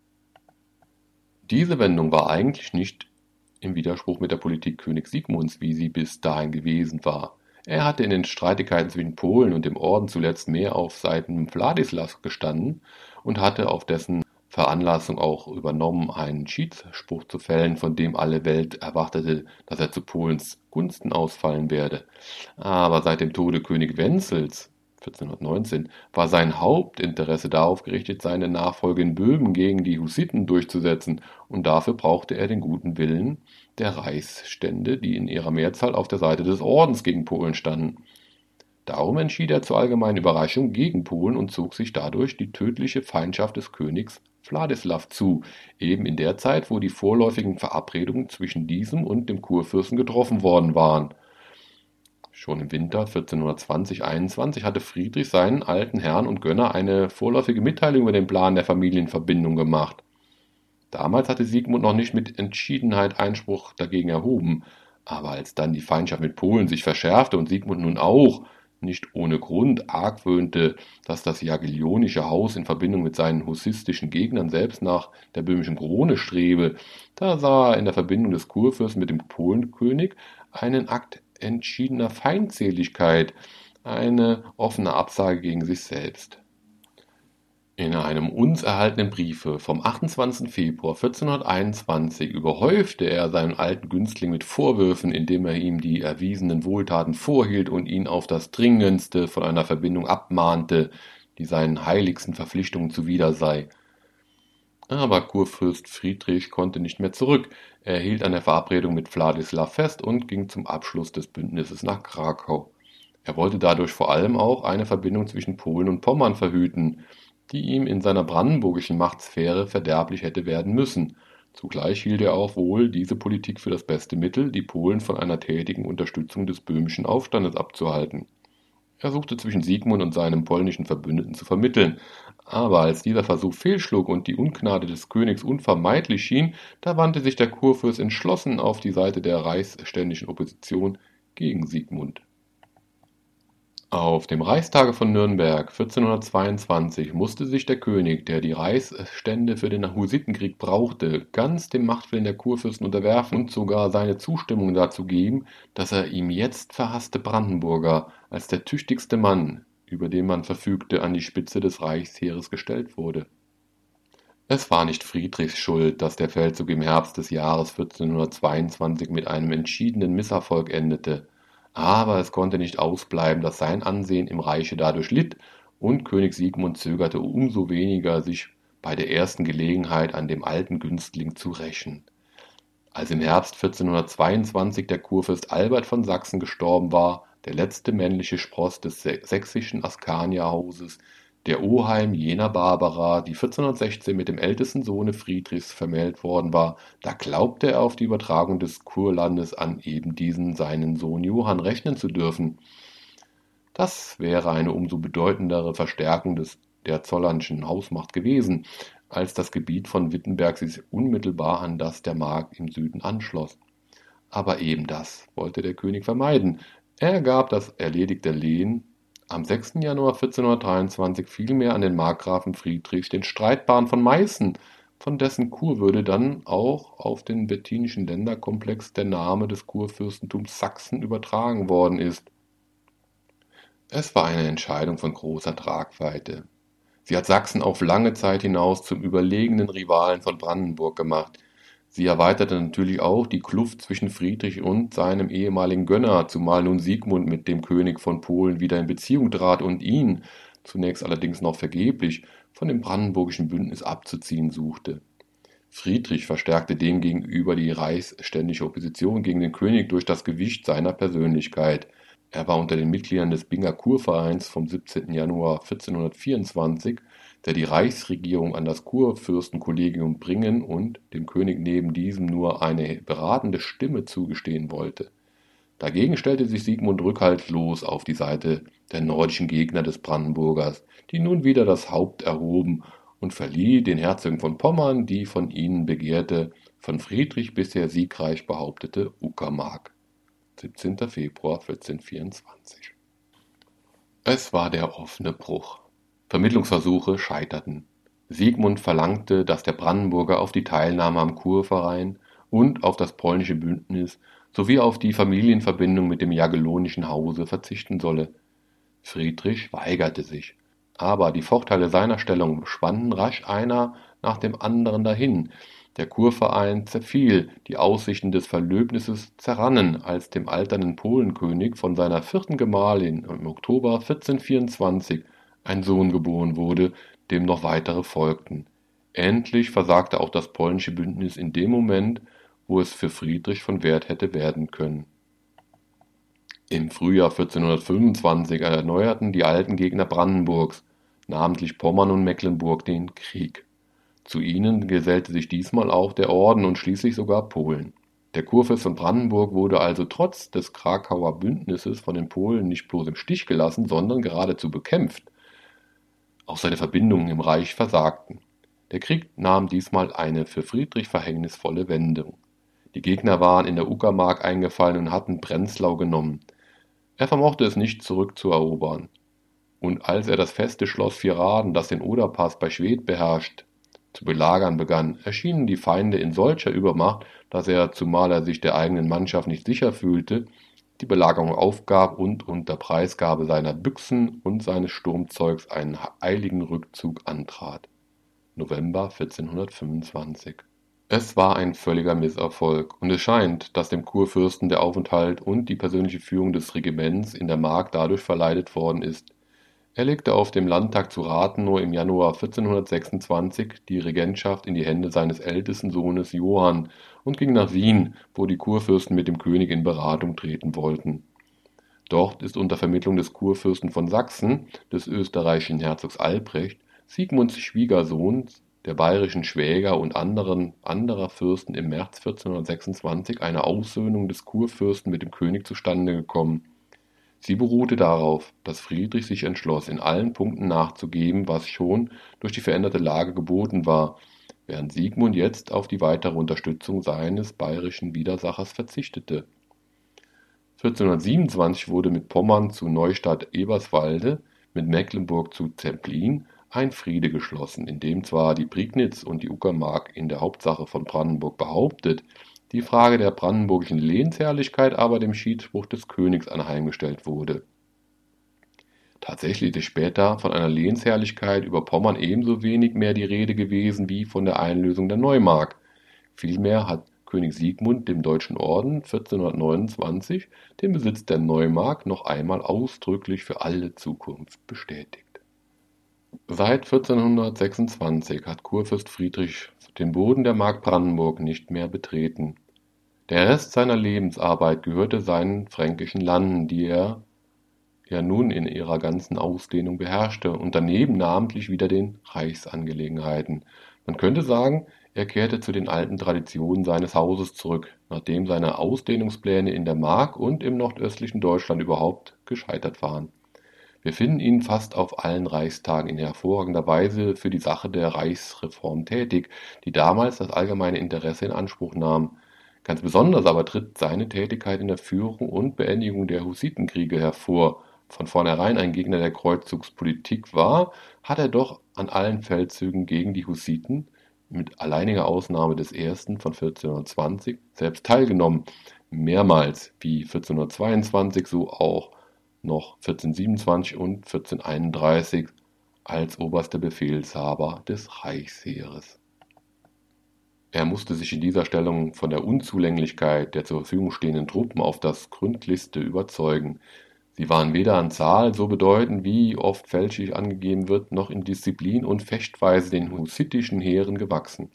Diese Wendung war eigentlich nicht im Widerspruch mit der Politik König Siegmunds, wie sie bis dahin gewesen war. Er hatte in den Streitigkeiten zwischen Polen und dem Orden zuletzt mehr auf Seiten Wladislaws gestanden und hatte auf dessen Veranlassung auch übernommen, einen Schiedsspruch zu fällen, von dem alle Welt erwartete, dass er zu Polens Gunsten ausfallen werde. Aber seit dem Tode König Wenzels vierzehnhundertneunzehn war sein Hauptinteresse darauf gerichtet, seine Nachfolge in Böhmen gegen die Hussiten durchzusetzen, und dafür brauchte er den guten Willen der Reichsstände, die in ihrer Mehrzahl auf der Seite des Ordens gegen Polen standen. Darum entschied er zur allgemeinen Überraschung gegen Polen und zog sich dadurch die tödliche Feindschaft des Königs Wladislaw zu, eben in der Zeit, wo die vorläufigen Verabredungen zwischen diesem und dem Kurfürsten getroffen worden waren. Schon im Winter vierzehnhundertzwanzig einundzwanzig hatte Friedrich seinen alten Herrn und Gönner eine vorläufige Mitteilung über den Plan der Familienverbindung gemacht. Damals hatte Siegmund noch nicht mit Entschiedenheit Einspruch dagegen erhoben, aber als dann die Feindschaft mit Polen sich verschärfte und Siegmund nun auch nicht ohne Grund argwöhnte, dass das Jagiellonische Haus in Verbindung mit seinen hussitischen Gegnern selbst nach der böhmischen Krone strebe, da sah er in der Verbindung des Kurfürsten mit dem Polenkönig einen Akt entschiedener Feindseligkeit, eine offene Absage gegen sich selbst. In einem uns erhaltenen Briefe vom achtundzwanzigsten Februar vierzehnhunderteinundzwanzig überhäufte er seinen alten Günstling mit Vorwürfen, indem er ihm die erwiesenen Wohltaten vorhielt und ihn auf das Dringendste von einer Verbindung abmahnte, die seinen heiligsten Verpflichtungen zuwider sei. Aber Kurfürst Friedrich konnte nicht mehr zurück. Er hielt an der Verabredung mit Wladislaw fest und ging zum Abschluss des Bündnisses nach Krakau. Er wollte dadurch vor allem auch eine Verbindung zwischen Polen und Pommern verhüten, die ihm in seiner brandenburgischen Machtsphäre verderblich hätte werden müssen. Zugleich hielt er auch wohl diese Politik für das beste Mittel, die Polen von einer tätigen Unterstützung des böhmischen Aufstandes abzuhalten. Er suchte zwischen Siegmund und seinem polnischen Verbündeten zu vermitteln, aber als dieser Versuch fehlschlug und die Ungnade des Königs unvermeidlich schien, da wandte sich der Kurfürst entschlossen auf die Seite der reichsständischen Opposition gegen Siegmund. Auf dem Reichstage von Nürnberg vierzehnhundertzweiundzwanzig musste sich der König, der die Reichsstände für den Hussitenkrieg brauchte, ganz dem Machtwillen der Kurfürsten unterwerfen und sogar seine Zustimmung dazu geben, dass er ihm jetzt verhasste Brandenburger als der tüchtigste Mann, über den man verfügte, an die Spitze des Reichsheeres gestellt wurde. Es war nicht Friedrichs Schuld, dass der Feldzug im Herbst des Jahres vierzehnhundertzweiundzwanzig mit einem entschiedenen Misserfolg endete. Aber es konnte nicht ausbleiben, dass sein Ansehen im Reiche dadurch litt, und König Siegmund zögerte umso weniger, sich bei der ersten Gelegenheit an dem alten Günstling zu rächen. Als im Herbst vierzehnhundertzweiundzwanzig der Kurfürst Albert von Sachsen gestorben war, der letzte männliche Spross des sächsischen Askanierhauses, der Oheim jener Barbara, die vierzehnhundertsechzehn mit dem ältesten Sohne Friedrichs vermählt worden war, da glaubte er auf die Übertragung des Kurlandes an eben diesen seinen Sohn Johann rechnen zu dürfen. Das wäre eine umso bedeutendere Verstärkung des, der zollernschen Hausmacht gewesen, als das Gebiet von Wittenberg sich unmittelbar an das der Mark im Süden anschloss. Aber eben das wollte der König vermeiden. Er gab das erledigte Lehen am sechsten Januar vierzehnhundertdreiundzwanzig vielmehr an den Markgrafen Friedrich, den Streitbaren von Meißen, von dessen Kurwürde dann auch auf den Wettinischen Länderkomplex der Name des Kurfürstentums Sachsen übertragen worden ist. Es war eine Entscheidung von großer Tragweite. Sie hat Sachsen auf lange Zeit hinaus zum überlegenen Rivalen von Brandenburg gemacht. Sie erweiterte natürlich auch die Kluft zwischen Friedrich und seinem ehemaligen Gönner, zumal nun Siegmund mit dem König von Polen wieder in Beziehung trat und ihn, zunächst allerdings noch vergeblich, von dem brandenburgischen Bündnis abzuziehen suchte. Friedrich verstärkte demgegenüber die reichsständische Opposition gegen den König durch das Gewicht seiner Persönlichkeit. Er war unter den Mitgliedern des Binger Kurvereins vom siebzehnten Januar vierzehnhundertvierundzwanzig, der die Reichsregierung an das Kurfürstenkollegium bringen und dem König neben diesem nur eine beratende Stimme zugestehen wollte. Dagegen stellte sich Siegmund rückhaltlos auf die Seite der nordischen Gegner des Brandenburgers, die nun wieder das Haupt erhoben, und verlieh den Herzögen von Pommern die von ihnen begehrte, von Friedrich bisher siegreich behauptete Uckermark. siebzehnter Februar vierzehnhundertvierundzwanzig. Es war der offene Bruch. Vermittlungsversuche scheiterten. Siegmund verlangte, dass der Brandenburger auf die Teilnahme am Kurverein und auf das polnische Bündnis sowie auf die Familienverbindung mit dem Jagellonischen Hause verzichten solle. Friedrich weigerte sich, aber die Vorteile seiner Stellung schwanden rasch einer nach dem anderen dahin. Der Kurverein zerfiel, die Aussichten des Verlöbnisses zerrannen, als dem alternden Polenkönig von seiner vierten Gemahlin im Oktober vierzehnhundertvierundzwanzig ein Sohn geboren wurde, dem noch weitere folgten. Endlich versagte auch das polnische Bündnis in dem Moment, wo es für Friedrich von Wert hätte werden können. Im Frühjahr vierzehnhundertfünfundzwanzig erneuerten die alten Gegner Brandenburgs, namentlich Pommern und Mecklenburg, den Krieg. Zu ihnen gesellte sich diesmal auch der Orden und schließlich sogar Polen. Der Kurfürst von Brandenburg wurde also trotz des Krakauer Bündnisses von den Polen nicht bloß im Stich gelassen, sondern geradezu bekämpft. Auch seine Verbindungen im Reich versagten. Der Krieg nahm diesmal eine für Friedrich verhängnisvolle Wendung. Die Gegner waren in der Uckermark eingefallen und hatten Prenzlau genommen. Er vermochte es nicht zurückzuerobern, und als er das feste Schloss Vierraden, das den Oderpass bei Schwedt beherrscht, zu belagern begann, erschienen die Feinde in solcher Übermacht, dass er, zumal er sich der eigenen Mannschaft nicht sicher fühlte, die Belagerung aufgab und unter Preisgabe seiner Büchsen und seines Sturmzeugs einen eiligen Rückzug antrat. November vierzehnhundertfünfundzwanzig. Es war ein völliger Misserfolg, und es scheint, dass dem Kurfürsten der Aufenthalt und die persönliche Führung des Regiments in der Mark dadurch verleidet worden ist. Er legte auf dem Landtag zu Rathenow im Januar vierzehnhundertsechsundzwanzig die Regentschaft in die Hände seines ältesten Sohnes Johann und ging nach Wien, wo die Kurfürsten mit dem König in Beratung treten wollten. Dort ist unter Vermittlung des Kurfürsten von Sachsen, des österreichischen Herzogs Albrecht, Sigmunds Schwiegersohn, der bayerischen Schwäger und anderen anderer Fürsten im März vierzehnhundertsechsundzwanzig eine Aussöhnung des Kurfürsten mit dem König zustande gekommen. Sie beruhte darauf, dass Friedrich sich entschloss, in allen Punkten nachzugeben, was schon durch die veränderte Lage geboten war, während Sigmund jetzt auf die weitere Unterstützung seines bayerischen Widersachers verzichtete. vierzehnhundertsiebenundzwanzig wurde mit Pommern zu Neustadt-Eberswalde, mit Mecklenburg zu Zemplin ein Friede geschlossen, in dem zwar die Prignitz und die Uckermark in der Hauptsache von Brandenburg behauptet, die Frage der brandenburgischen Lehnsherrlichkeit aber dem Schiedsspruch des Königs anheimgestellt wurde. Tatsächlich ist später von einer Lehnsherrlichkeit über Pommern ebenso wenig mehr die Rede gewesen wie von der Einlösung der Neumark. Vielmehr hat König Sigmund dem Deutschen Orden vierzehnhundertneunundzwanzig den Besitz der Neumark noch einmal ausdrücklich für alle Zukunft bestätigt. Seit vierzehnhundertsechsundzwanzig hat Kurfürst Friedrich den Boden der Mark Brandenburg nicht mehr betreten. Der Rest seiner Lebensarbeit gehörte seinen fränkischen Landen, die er ja nun in ihrer ganzen Ausdehnung beherrschte, und daneben namentlich wieder den Reichsangelegenheiten. Man könnte sagen, er kehrte zu den alten Traditionen seines Hauses zurück, nachdem seine Ausdehnungspläne in der Mark und im nordöstlichen Deutschland überhaupt gescheitert waren. Wir finden ihn fast auf allen Reichstagen in hervorragender Weise für die Sache der Reichsreform tätig, die damals das allgemeine Interesse in Anspruch nahm. Ganz besonders aber tritt seine Tätigkeit in der Führung und Beendigung der Hussitenkriege hervor. Von vornherein ein Gegner der Kreuzzugspolitik war, hat er doch an allen Feldzügen gegen die Hussiten, mit alleiniger Ausnahme des ersten von vierzehnhundertzwanzig, selbst teilgenommen, mehrmals, wie vierzehnhundertzweiundzwanzig, so auch noch vierzehnhundertsiebenundzwanzig und vierzehnhunderteinunddreißig als oberster Befehlshaber des Reichsheeres. Er musste sich in dieser Stellung von der Unzulänglichkeit der zur Verfügung stehenden Truppen auf das Gründlichste überzeugen. Sie waren weder an Zahl so bedeutend, wie oft fälschlich angegeben wird, noch in Disziplin und Fechtweise den hussitischen Heeren gewachsen.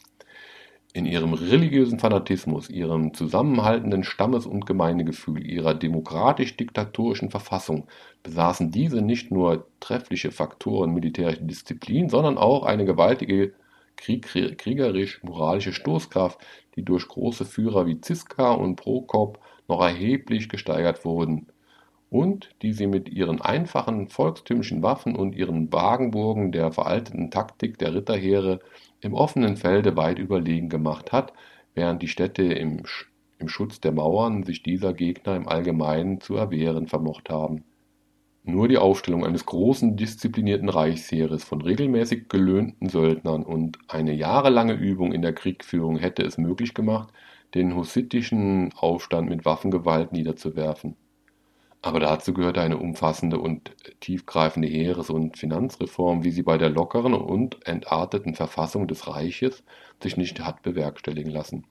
In ihrem religiösen Fanatismus, ihrem zusammenhaltenden Stammes- und Gemeindegefühl, ihrer demokratisch-diktatorischen Verfassung besaßen diese nicht nur treffliche Faktoren militärischer Disziplin, sondern auch eine gewaltige krieg kriegerisch-moralische Stoßkraft, die durch große Führer wie Ziska und Prokop noch erheblich gesteigert wurden und die sie mit ihren einfachen volkstümlichen Waffen und ihren Wagenburgen der veralteten Taktik der Ritterheere im offenen Felde weit überlegen gemacht hat, während die Städte im, im Schutz der Mauern sich dieser Gegner im Allgemeinen zu erwehren vermocht haben. Nur die Aufstellung eines großen, disziplinierten Reichsheeres von regelmäßig gelöhnten Söldnern und eine jahrelange Übung in der Kriegführung hätte es möglich gemacht, den hussitischen Aufstand mit Waffengewalt niederzuwerfen. Aber dazu gehörte eine umfassende und tiefgreifende Heeres- und Finanzreform, wie sie bei der lockeren und entarteten Verfassung des Reiches sich nicht hat bewerkstelligen lassen.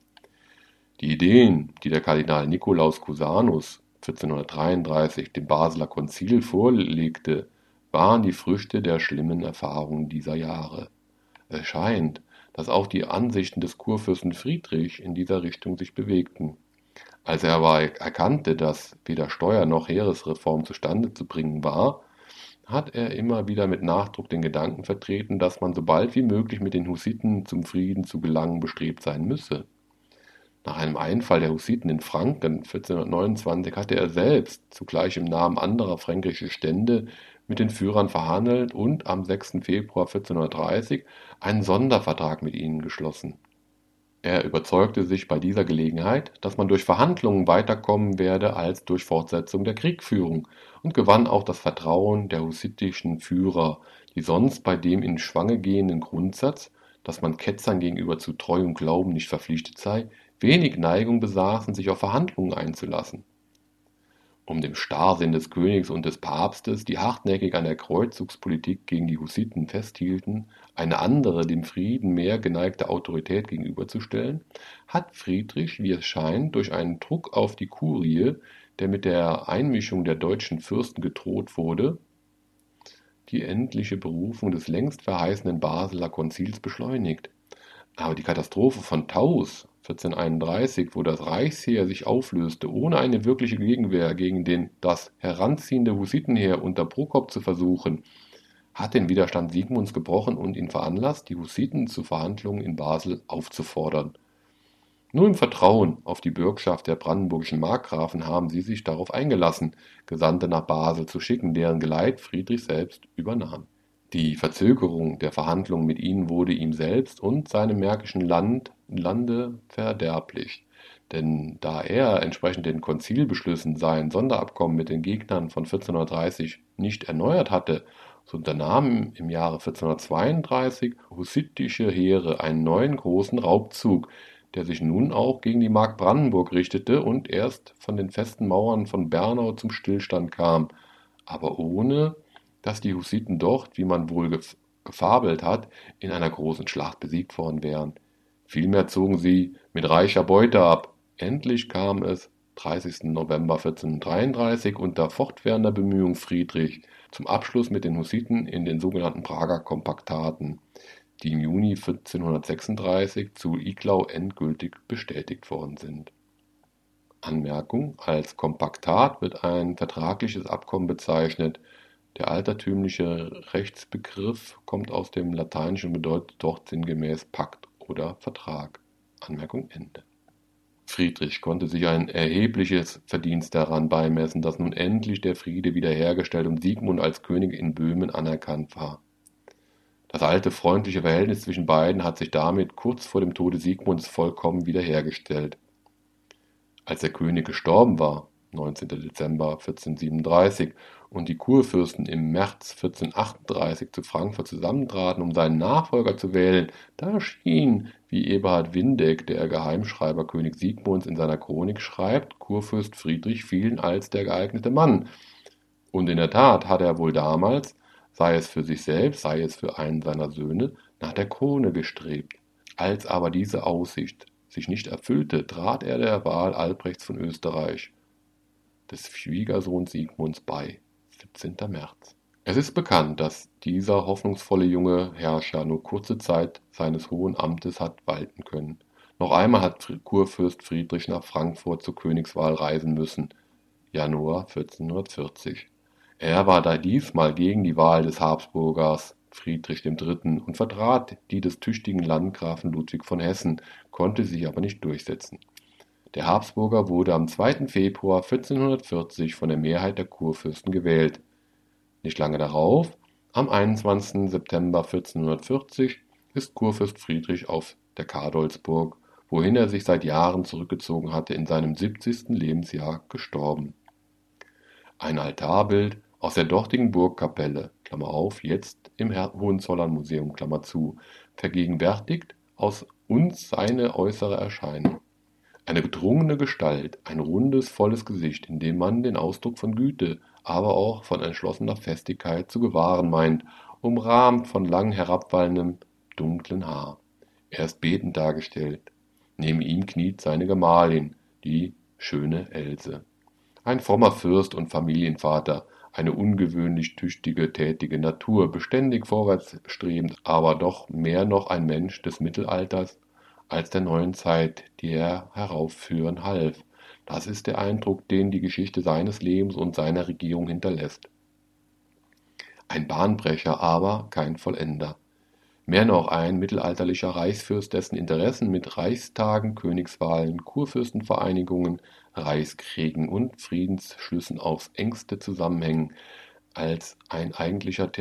Die Ideen, die der Kardinal Nikolaus Cusanus vierzehnhundertdreiunddreißig dem Basler Konzil vorlegte, waren die Früchte der schlimmen Erfahrungen dieser Jahre. Es scheint, dass auch die Ansichten des Kurfürsten Friedrich in dieser Richtung sich bewegten. Als er aber erkannte, dass weder Steuer- noch Heeresreform zustande zu bringen war, hat er immer wieder mit Nachdruck den Gedanken vertreten, dass man so bald wie möglich mit den Hussiten zum Frieden zu gelangen bestrebt sein müsse. Nach einem Einfall der Hussiten in Franken vierzehnhundertneunundzwanzig hatte er selbst, zugleich im Namen anderer fränkischer Stände, mit den Führern verhandelt und am sechsten Februar vierzehnhundertdreißig einen Sondervertrag mit ihnen geschlossen. Er überzeugte sich bei dieser Gelegenheit, dass man durch Verhandlungen weiterkommen werde als durch Fortsetzung der Kriegführung, und gewann auch das Vertrauen der hussitischen Führer, die sonst bei dem in Schwange gehenden Grundsatz, dass man Ketzern gegenüber zu Treu und Glauben nicht verpflichtet sei, wenig Neigung besaßen, sich auf Verhandlungen einzulassen. Um dem Starrsinn des Königs und des Papstes, die hartnäckig an der Kreuzzugspolitik gegen die Hussiten festhielten, eine andere, dem Frieden mehr geneigte Autorität gegenüberzustellen, hat Friedrich, wie es scheint, durch einen Druck auf die Kurie, der mit der Einmischung der deutschen Fürsten gedroht wurde, die endliche Berufung des längst verheißenen Basler Konzils beschleunigt. Aber die Katastrophe von Taus vierzehnhunderteinunddreißig, wo das Reichsheer sich auflöste, ohne eine wirkliche Gegenwehr gegen den das heranziehende Hussitenheer unter Prokop zu versuchen, hat den Widerstand Siegmunds gebrochen und ihn veranlasst, die Hussiten zu Verhandlungen in Basel aufzufordern. Nur im Vertrauen auf die Bürgschaft der brandenburgischen Markgrafen haben sie sich darauf eingelassen, Gesandte nach Basel zu schicken, deren Geleit Friedrich selbst übernahm. Die Verzögerung der Verhandlungen mit ihnen wurde ihm selbst und seinem märkischen Land, Lande verderblich, denn da er entsprechend den Konzilbeschlüssen sein Sonderabkommen mit den Gegnern von vierzehnhundertdreißig nicht erneuert hatte, so unternahmen im Jahre vierzehnhundertzweiunddreißig hussitische Heere einen neuen großen Raubzug, der sich nun auch gegen die Mark Brandenburg richtete und erst von den festen Mauern von Bernau zum Stillstand kam, aber ohne dass die Hussiten dort, wie man wohl gefabelt hat, in einer großen Schlacht besiegt worden wären. Vielmehr zogen sie mit reicher Beute ab. Endlich kam es dreißigsten November vierzehnhundertdreiunddreißig unter fortwährender Bemühung Friedrich zum Abschluss mit den Hussiten in den sogenannten Prager Kompaktaten, die im Juni vierzehnhundertsechsunddreißig zu Iglau endgültig bestätigt worden sind. Anmerkung: Als Kompaktat wird ein vertragliches Abkommen bezeichnet. Der altertümliche Rechtsbegriff kommt aus dem Lateinischen und bedeutet dort sinngemäß Pakt oder Vertrag. Anmerkung Ende. Friedrich konnte sich ein erhebliches Verdienst daran beimessen, dass nun endlich der Friede wiederhergestellt und Siegmund als König in Böhmen anerkannt war. Das alte freundliche Verhältnis zwischen beiden hat sich damit kurz vor dem Tode Siegmunds vollkommen wiederhergestellt. Als der König gestorben war, neunzehnter Dezember vierzehnhundertsiebenunddreißig, und die Kurfürsten im März vierzehnhundertachtunddreißig zu Frankfurt zusammentraten, um seinen Nachfolger zu wählen, da schien, wie Eberhard Windeck, der Geheimschreiber König Siegmunds, in seiner Chronik schreibt, Kurfürst Friedrich vielen als der geeignete Mann. Und in der Tat hat er wohl damals, sei es für sich selbst, sei es für einen seiner Söhne, nach der Krone gestrebt. Als aber diese Aussicht sich nicht erfüllte, trat er der Wahl Albrechts von Österreich, des Schwiegersohns Siegmunds, bei. siebzehnter März. Es ist bekannt, dass dieser hoffnungsvolle junge Herrscher nur kurze Zeit seines hohen Amtes hat walten können. Noch einmal hat Kurfürst Friedrich nach Frankfurt zur Königswahl reisen müssen, Januar vierzehnhundertvierzig. Er war da diesmal gegen die Wahl des Habsburgers Friedrich der Dritte. und vertrat die des tüchtigen Landgrafen Ludwig von Hessen, konnte sich aber nicht durchsetzen. Der Habsburger wurde am zweiten Februar vierzehnhundertvierzig von der Mehrheit der Kurfürsten gewählt. Nicht lange darauf, am einundzwanzigsten September vierzehnhundertvierzig, ist Kurfürst Friedrich auf der Kadolsburg, wohin er sich seit Jahren zurückgezogen hatte, in seinem siebzigsten Lebensjahr gestorben. Ein Altarbild aus der dortigen Burgkapelle Klammer auf, (jetzt im Hohenzollern-Museum) Klammer zu, vergegenwärtigt aus uns seine äußere Erscheinung. Eine gedrungene Gestalt, ein rundes, volles Gesicht, in dem man den Ausdruck von Güte, aber auch von entschlossener Festigkeit zu gewahren meint, umrahmt von lang herabwallendem, dunklen Haar. Er ist betend dargestellt. Neben ihm kniet seine Gemahlin, die schöne Else. Ein frommer Fürst und Familienvater, eine ungewöhnlich tüchtige, tätige Natur, beständig vorwärtsstrebend, aber doch mehr noch ein Mensch des Mittelalters als der neuen Zeit, die er heraufführen half. Das ist der Eindruck, den die Geschichte seines Lebens und seiner Regierung hinterlässt. Ein Bahnbrecher, aber kein Vollender. Mehr noch ein mittelalterlicher Reichsfürst, dessen Interessen mit Reichstagen, Königswahlen, Kurfürstenvereinigungen, Reichskriegen und Friedensschlüssen aufs engste zusammenhängen, als ein eigentlicher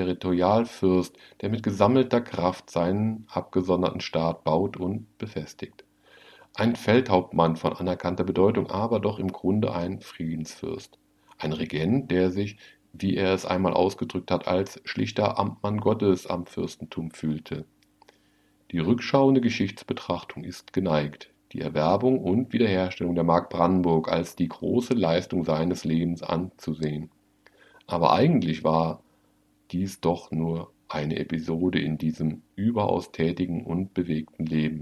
Territorialfürst, der mit gesammelter Kraft seinen abgesonderten Staat baut und befestigt. Ein Feldhauptmann von anerkannter Bedeutung, aber doch im Grunde ein Friedensfürst. Ein Regent, der sich, wie er es einmal ausgedrückt hat, als schlichter Amtmann Gottes am Fürstentum fühlte. Die rückschauende Geschichtsbetrachtung ist geneigt, die Erwerbung und Wiederherstellung der Mark Brandenburg als die große Leistung seines Lebens anzusehen. Aber eigentlich war dies doch nur eine Episode in diesem überaus tätigen und bewegten Leben.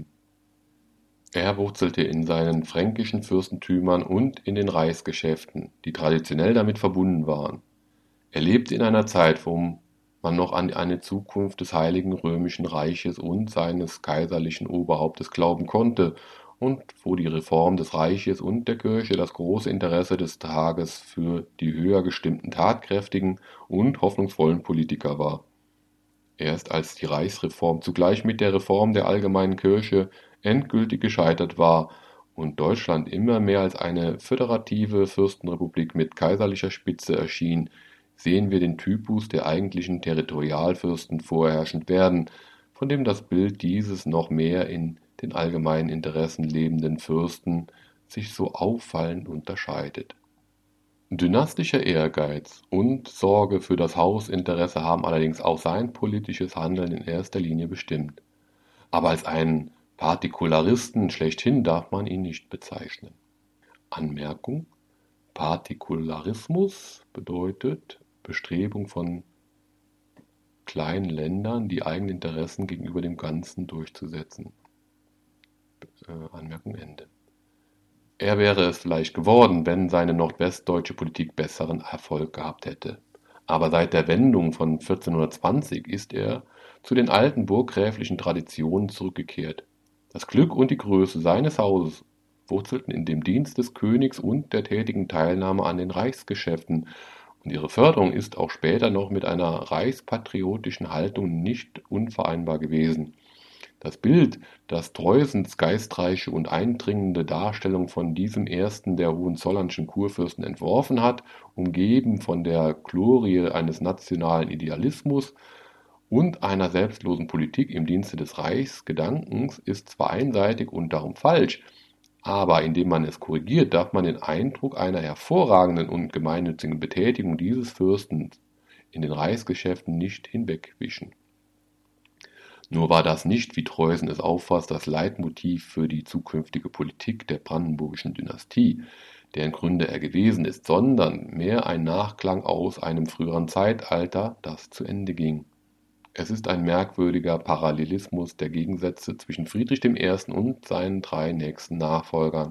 Er wurzelte in seinen fränkischen Fürstentümern und in den Reichsgeschäften, die traditionell damit verbunden waren. Er lebte in einer Zeit, wo man noch an eine Zukunft des Heiligen Römischen Reiches und seines kaiserlichen Oberhauptes glauben konnte und wo die Reform des Reiches und der Kirche das große Interesse des Tages für die höher gestimmten, tatkräftigen und hoffnungsvollen Politiker war. Erst als die Reichsreform zugleich mit der Reform der allgemeinen Kirche endgültig gescheitert war und Deutschland immer mehr als eine föderative Fürstenrepublik mit kaiserlicher Spitze erschien, sehen wir den Typus der eigentlichen Territorialfürsten vorherrschend werden, von dem das Bild dieses noch mehr in den allgemeinen Interessen lebenden Fürsten sich so auffallend unterscheidet. Dynastischer Ehrgeiz und Sorge für das Hausinteresse haben allerdings auch sein politisches Handeln in erster Linie bestimmt. Aber als einen Partikularisten schlechthin darf man ihn nicht bezeichnen. Anmerkung: Partikularismus bedeutet Bestrebung von kleinen Ländern, die eigene Interessen gegenüber dem Ganzen durchzusetzen. Äh, Anmerkung Ende. Er wäre es vielleicht geworden, wenn seine nordwestdeutsche Politik besseren Erfolg gehabt hätte. Aber seit der Wendung von vierzehnhundertzwanzig ist er zu den alten burggräflichen Traditionen zurückgekehrt. Das Glück und die Größe seines Hauses wurzelten in dem Dienst des Königs und der tätigen Teilnahme an den Reichsgeschäften, und ihre Förderung ist auch später noch mit einer reichspatriotischen Haltung nicht unvereinbar gewesen. Das Bild, das Treusens geistreiche und eindringende Darstellung von diesem ersten der hohenzollernschen Kurfürsten entworfen hat, umgeben von der Glorie eines nationalen Idealismus und einer selbstlosen Politik im Dienste des Reichsgedankens, ist zwar einseitig und darum falsch, aber indem man es korrigiert, darf man den Eindruck einer hervorragenden und gemeinnützigen Betätigung dieses Fürsten in den Reichsgeschäften nicht hinwegwischen. Nur war das nicht, wie Treusen es auffasst, das Leitmotiv für die zukünftige Politik der brandenburgischen Dynastie, deren Gründer er gewesen ist, sondern mehr ein Nachklang aus einem früheren Zeitalter, das zu Ende ging. Es ist ein merkwürdiger Parallelismus der Gegensätze zwischen Friedrich dem Ersten und seinen drei nächsten Nachfolgern.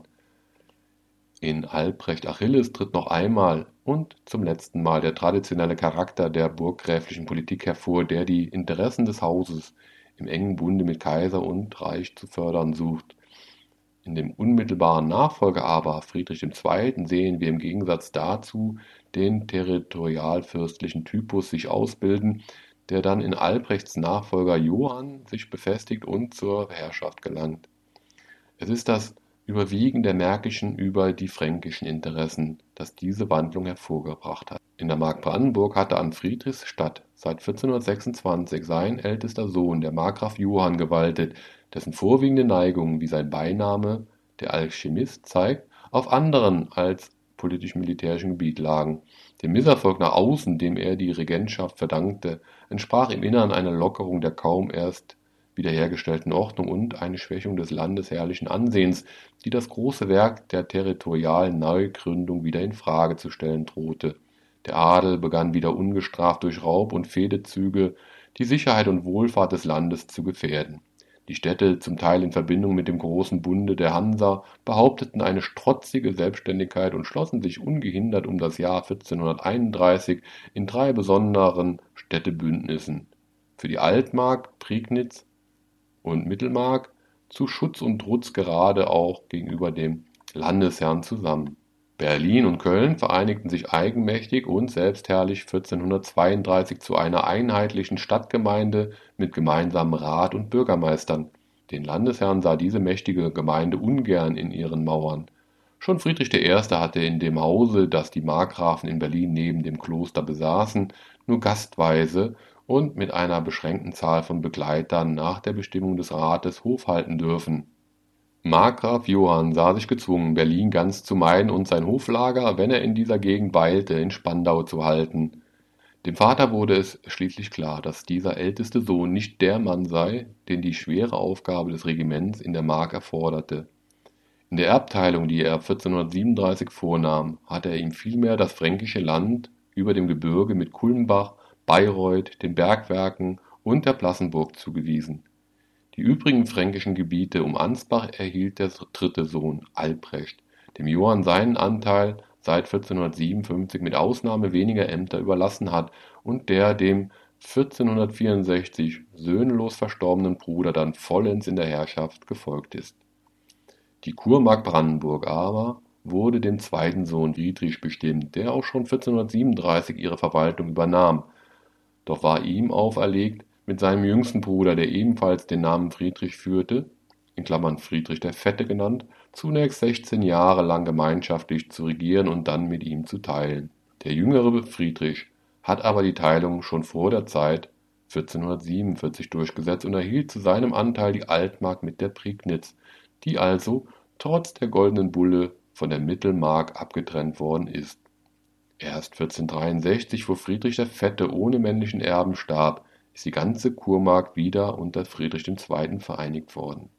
In Albrecht Achilles tritt noch einmal und zum letzten Mal der traditionelle Charakter der burggräflichen Politik hervor, der die Interessen des Hauses im engen Bunde mit Kaiser und Reich zu fördern sucht. In dem unmittelbaren Nachfolger aber, Friedrich dem Zweiten., sehen wir im Gegensatz dazu den territorialfürstlichen Typus sich ausbilden, der dann in Albrechts Nachfolger Johann sich befestigt und zur Herrschaft gelangt. Es ist das Überwiegen der märkischen über die fränkischen Interessen, das diese Wandlung hervorgebracht hat. In der Mark Brandenburg hatte an Friedrichs Stadt seit vierzehnhundertsechsundzwanzig sein ältester Sohn, der Markgraf Johann, gewaltet, dessen vorwiegende Neigungen, wie sein Beiname, der Alchemist, zeigt, auf anderen als politisch-militärischen Gebiet lagen. Dem Misserfolg nach außen, dem er die Regentschaft verdankte, entsprach im Innern eine Lockerung der kaum erst wiederhergestellten Ordnung und eine Schwächung des landesherrlichen Ansehens, die das große Werk der territorialen Neugründung wieder in Frage zu stellen drohte. Der Adel begann wieder ungestraft durch Raub und Fehdzüge die Sicherheit und Wohlfahrt des Landes zu gefährden. Die Städte, zum Teil in Verbindung mit dem großen Bunde der Hansa, behaupteten eine strotzige Selbstständigkeit und schlossen sich ungehindert um das Jahr vierzehnhunderteinunddreißig in drei besonderen Städtebündnissen für die Altmark, Prignitz und Mittelmark zu Schutz und Trutz gerade auch gegenüber dem Landesherrn zusammen. Berlin und Köln vereinigten sich eigenmächtig und selbstherrlich vierzehnhundertzweiunddreißig zu einer einheitlichen Stadtgemeinde mit gemeinsamem Rat und Bürgermeistern. Den Landesherrn sah diese mächtige Gemeinde ungern in ihren Mauern. Schon Friedrich der Erste hatte in dem Hause, das die Markgrafen in Berlin neben dem Kloster besaßen, nur gastweise und mit einer beschränkten Zahl von Begleitern nach der Bestimmung des Rates Hof halten dürfen. Markgraf Johann sah sich gezwungen, Berlin ganz zu meiden und sein Hoflager, wenn er in dieser Gegend weilte, in Spandau zu halten. Dem Vater wurde es schließlich klar, dass dieser älteste Sohn nicht der Mann sei, den die schwere Aufgabe des Regiments in der Mark erforderte. In der Erbteilung, die er vierzehnhundertsiebenunddreißig vornahm, hatte er ihm vielmehr das fränkische Land über dem Gebirge mit Kulmbach, Bayreuth, den Bergwerken und der Plassenburg zugewiesen. Die übrigen fränkischen Gebiete um Ansbach erhielt der dritte Sohn, Albrecht, dem Johann seinen Anteil seit vierzehnhundertsiebenundfünfzig mit Ausnahme weniger Ämter überlassen hat und der dem vierzehnhundertvierundsechzig söhnlos verstorbenen Bruder dann vollends in der Herrschaft gefolgt ist. Die Kurmark Brandenburg aber wurde dem zweiten Sohn Friedrich bestimmt, der auch schon vierzehnhundertsiebenunddreißig ihre Verwaltung übernahm, doch war ihm auferlegt, mit seinem jüngsten Bruder, der ebenfalls den Namen Friedrich führte in Klammern (Friedrich der Fette genannt), zunächst sechzehn Jahre lang gemeinschaftlich zu regieren und dann mit ihm zu teilen. Der jüngere Friedrich hat aber die Teilung schon vor der Zeit vierzehnhundertsiebenundvierzig durchgesetzt und erhielt zu seinem Anteil die Altmark mit der Prignitz, die also trotz der Goldenen Bulle von der Mittelmark abgetrennt worden ist. Erst vierzehnhundertdreiundsechzig, wo Friedrich der Fette ohne männlichen Erben starb, ist die ganze Kurmark wieder unter Friedrich dem Zweiten vereinigt worden